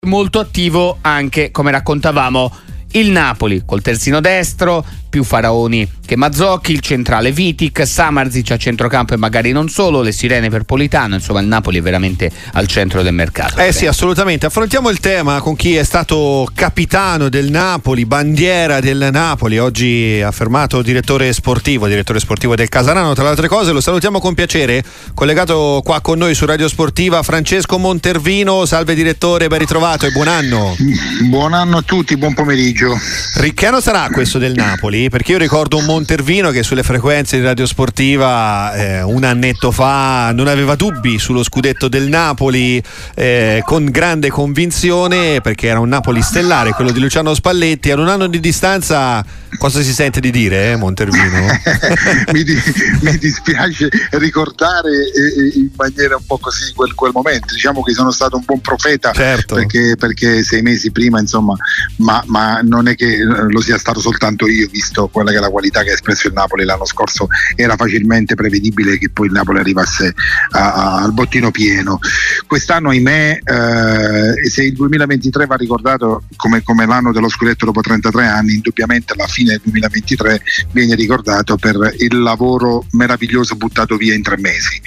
molto attivo anche, come raccontavamo, il Napoli col terzino destro, più Faraoni che Mazzocchi, il centrale Vitic, Samardzic a centrocampo e magari non solo, le sirene per Politano. Insomma, il Napoli è veramente al centro del mercato. Sì, assolutamente. Affrontiamo il tema con chi è stato capitano del Napoli, bandiera del Napoli, oggi affermato direttore sportivo del Casarano, tra le altre cose. Lo salutiamo con piacere, collegato qua con noi su Radio Sportiva, Francesco Montervino. Salve direttore, ben ritrovato e buon anno. Buon anno a tutti, buon pomeriggio. Che anno sarà questo del Napoli? Perché io ricordo un Montervino che sulle frequenze di Radio Sportiva un annetto fa non aveva dubbi sullo scudetto del Napoli, con grande convinzione, perché era un Napoli stellare, quello di Luciano Spalletti. Ad un anno di distanza cosa si sente di dire, Montervino? mi dispiace ricordare in maniera un po' così quel momento. Diciamo che sono stato un buon profeta, certo, perché 6 mesi prima, insomma, ma non è che lo sia stato soltanto io, visto quella che è la qualità che ha espresso il Napoli l'anno scorso. Era facilmente prevedibile che poi il Napoli arrivasse al bottino pieno. Quest'anno, ahimè, se il 2023 va ricordato come l'anno dello scudetto dopo 33 anni, indubbiamente la fine del 2023 viene ricordato per il lavoro meraviglioso buttato via in 3 mesi.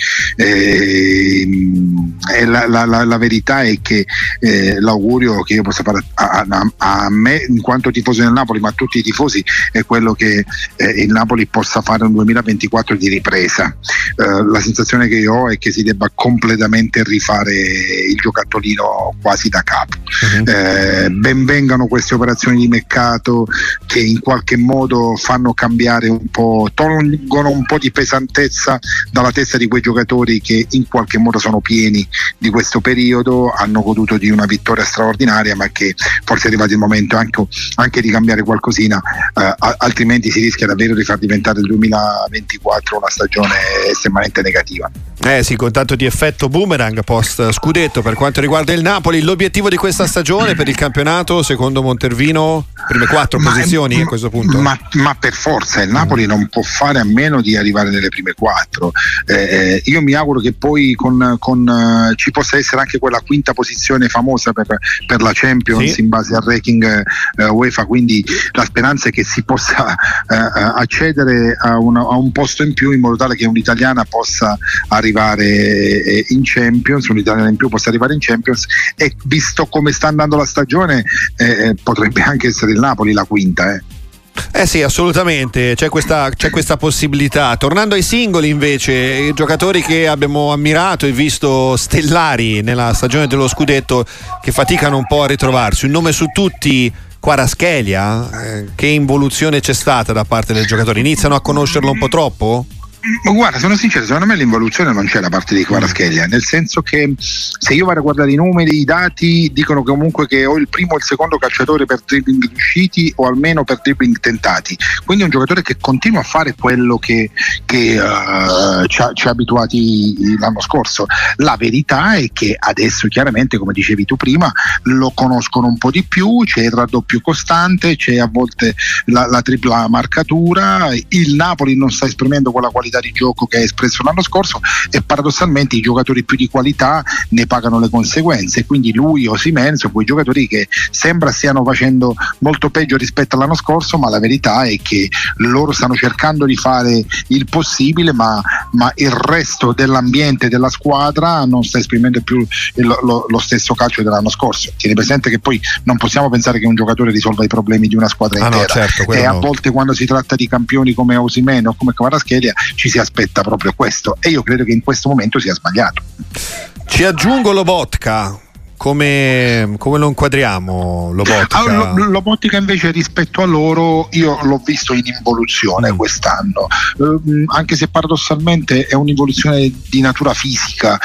La verità è che l'augurio che io possa fare a me in quanto tifoso del Napoli, ma a tutti i tifosi, è quello che il Napoli possa fare un 2024 di ripresa. La sensazione che io ho è che si debba completamente rifare il giocattolino quasi da capo. Ben vengano queste operazioni di mercato che in qualche modo fanno cambiare un po', tolgono un po' di pesantezza dalla testa di quei giocatori che in qualche modo sono pieni di questo periodo, hanno goduto di una vittoria straordinaria, ma che forse è arrivato il momento anche di cambiare qualcosina, altrimenti si rischia davvero di far diventare il 2024 una stagione estremamente negativa. Sì, con tanto di effetto boomerang post scudetto per quanto riguarda il Napoli. L'obiettivo di questa stagione per il campionato, secondo Montervino, prime 4 posizioni a questo punto? Ma per forza il Napoli non può fare a meno di arrivare nelle prime 4. Io mi auguro che poi ci possa essere anche quella quinta posizione famosa per la Champions, sì, in base al ranking UEFA, quindi la speranza è che si possa accedere a un posto in più, in modo tale che un'italiana possa arrivare in Champions, un'italiana in più possa arrivare in Champions, e visto come sta andando la stagione potrebbe anche essere il Napoli la quinta. Sì, assolutamente, c'è questa possibilità. Tornando ai singoli invece, i giocatori che abbiamo ammirato e visto stellari nella stagione dello scudetto, che faticano un po' a ritrovarsi, un nome su tutti, Kvaratskhelia. Che involuzione c'è stata da parte del giocatore? Iniziano a conoscerlo un po' troppo? Guarda, sono sincero, secondo me l'involuzione non c'è da parte di Kvaratskhelia, nel senso che se io vado a guardare i numeri, i dati dicono comunque che o il primo o il secondo calciatore per dribbling riusciti o almeno per dribbling tentati, quindi è un giocatore che continua a fare quello che ci ha abituati l'anno scorso. La verità è che adesso chiaramente, come dicevi tu prima, lo conoscono un po' di più, c'è il raddoppio costante, c'è a volte la tripla marcatura, il Napoli non sta esprimendo quella qualità di gioco che ha espresso l'anno scorso e paradossalmente i giocatori più di qualità ne pagano le conseguenze, quindi lui, Osimhen, sono quei giocatori che sembra stiano facendo molto peggio rispetto all'anno scorso, ma la verità è che loro stanno cercando di fare il possibile, ma il resto dell'ambiente della squadra non sta esprimendo più lo stesso calcio dell'anno scorso. Tieni presente che poi non possiamo pensare che un giocatore risolva i problemi di una squadra intera, no, certo, e a volte quando si tratta di campioni come Osimhen o come Kvaratskhelia ci si aspetta proprio questo, e io credo che in questo momento sia sbagliato. Ci aggiungo Lobotka. Come lo inquadriamo Lobotka? Lobotka invece rispetto a loro io l'ho visto in involuzione quest'anno, anche se paradossalmente è un'involuzione di natura fisica.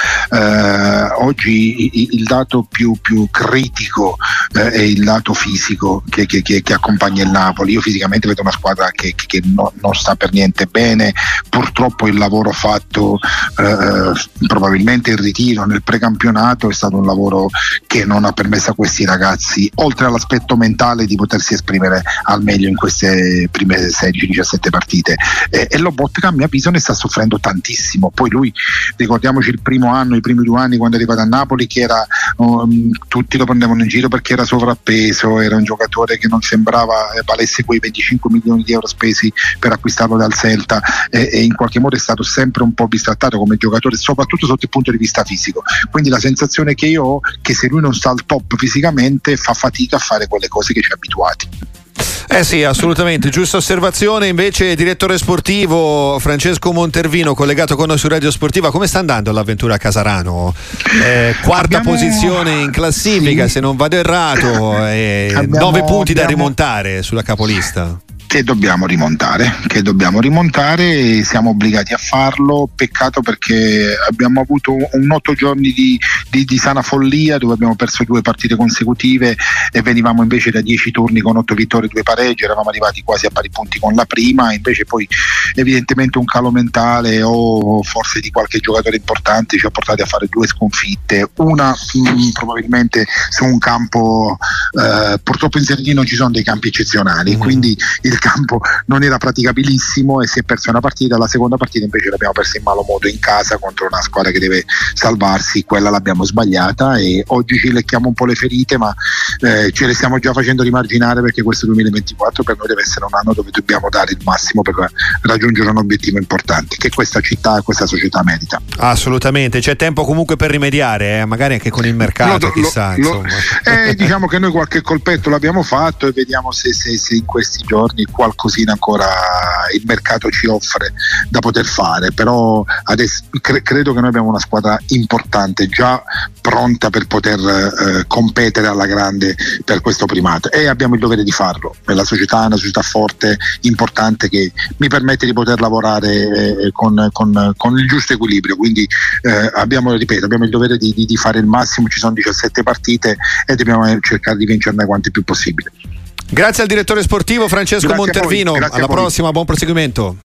Oggi il dato più critico è il lato fisico che accompagna il Napoli. Io fisicamente vedo una squadra che non sta per niente bene. Purtroppo il lavoro fatto, probabilmente il ritiro nel precampionato, è stato un lavoro che non ha permesso a questi ragazzi, oltre all'aspetto mentale, di potersi esprimere al meglio in queste prime 16-17 partite, e Lobotka a mio avviso ne sta soffrendo tantissimo. Poi lui, ricordiamoci il primo anno, i primi 2 anni quando è arrivato a Napoli, che era tutti lo prendevano in giro perché era sovrappeso, era un giocatore che non sembrava valesse quei 25 milioni di euro spesi per acquistarlo dal Celta, e in qualche modo è stato sempre un po' bistrattato come giocatore, soprattutto sotto il punto di vista fisico. Quindi la sensazione che io ho è che se lui non sta al top fisicamente fa fatica a fare quelle cose che ci ha abituati. Sì, assolutamente, giusta osservazione. Invece, direttore sportivo Francesco Montervino, collegato con noi su Radio Sportiva, come sta andando l'avventura a Casarano? Quarta posizione in classifica, sì, se non vado errato, 9 punti da rimontare sulla capolista. Che dobbiamo rimontare, siamo obbligati a farlo. Peccato perché abbiamo avuto un 8 giorni di sana follia, dove abbiamo perso 2 partite consecutive e venivamo invece da 10 turni con 8 vittorie e 2 pareggi, eravamo arrivati quasi a pari punti con la prima. Invece poi evidentemente un calo mentale o forse di qualche giocatore importante ci ha portati a fare 2 sconfitte, una probabilmente su un campo, purtroppo in Serie D non ci sono dei campi eccezionali, quindi il campo non era praticabilissimo e si è persa una partita. La seconda partita invece l'abbiamo persa in malo modo in casa contro una squadra che deve salvarsi, quella l'abbiamo sbagliata e oggi ci lecchiamo un po' le ferite, ma ce le stiamo già facendo rimarginare, perché questo 2024 per noi deve essere un anno dove dobbiamo dare il massimo per raggiungere un obiettivo importante che questa città e questa società merita. Assolutamente, c'è tempo comunque per rimediare, magari anche con il mercato, chissà. Diciamo che noi qualche colpetto l'abbiamo fatto e vediamo se in questi giorni qualcosina ancora il mercato ci offre da poter fare, però adesso credo che noi abbiamo una squadra importante già pronta per poter competere alla grande per questo primato, e abbiamo il dovere di farlo. La società è una società forte, importante, che mi permette di poter lavorare con il giusto equilibrio, quindi abbiamo il dovere di fare il massimo. Ci sono 17 partite e dobbiamo cercare di vincerne quante più possibile. Grazie al direttore sportivo Francesco Montervino, alla prossima, buon proseguimento.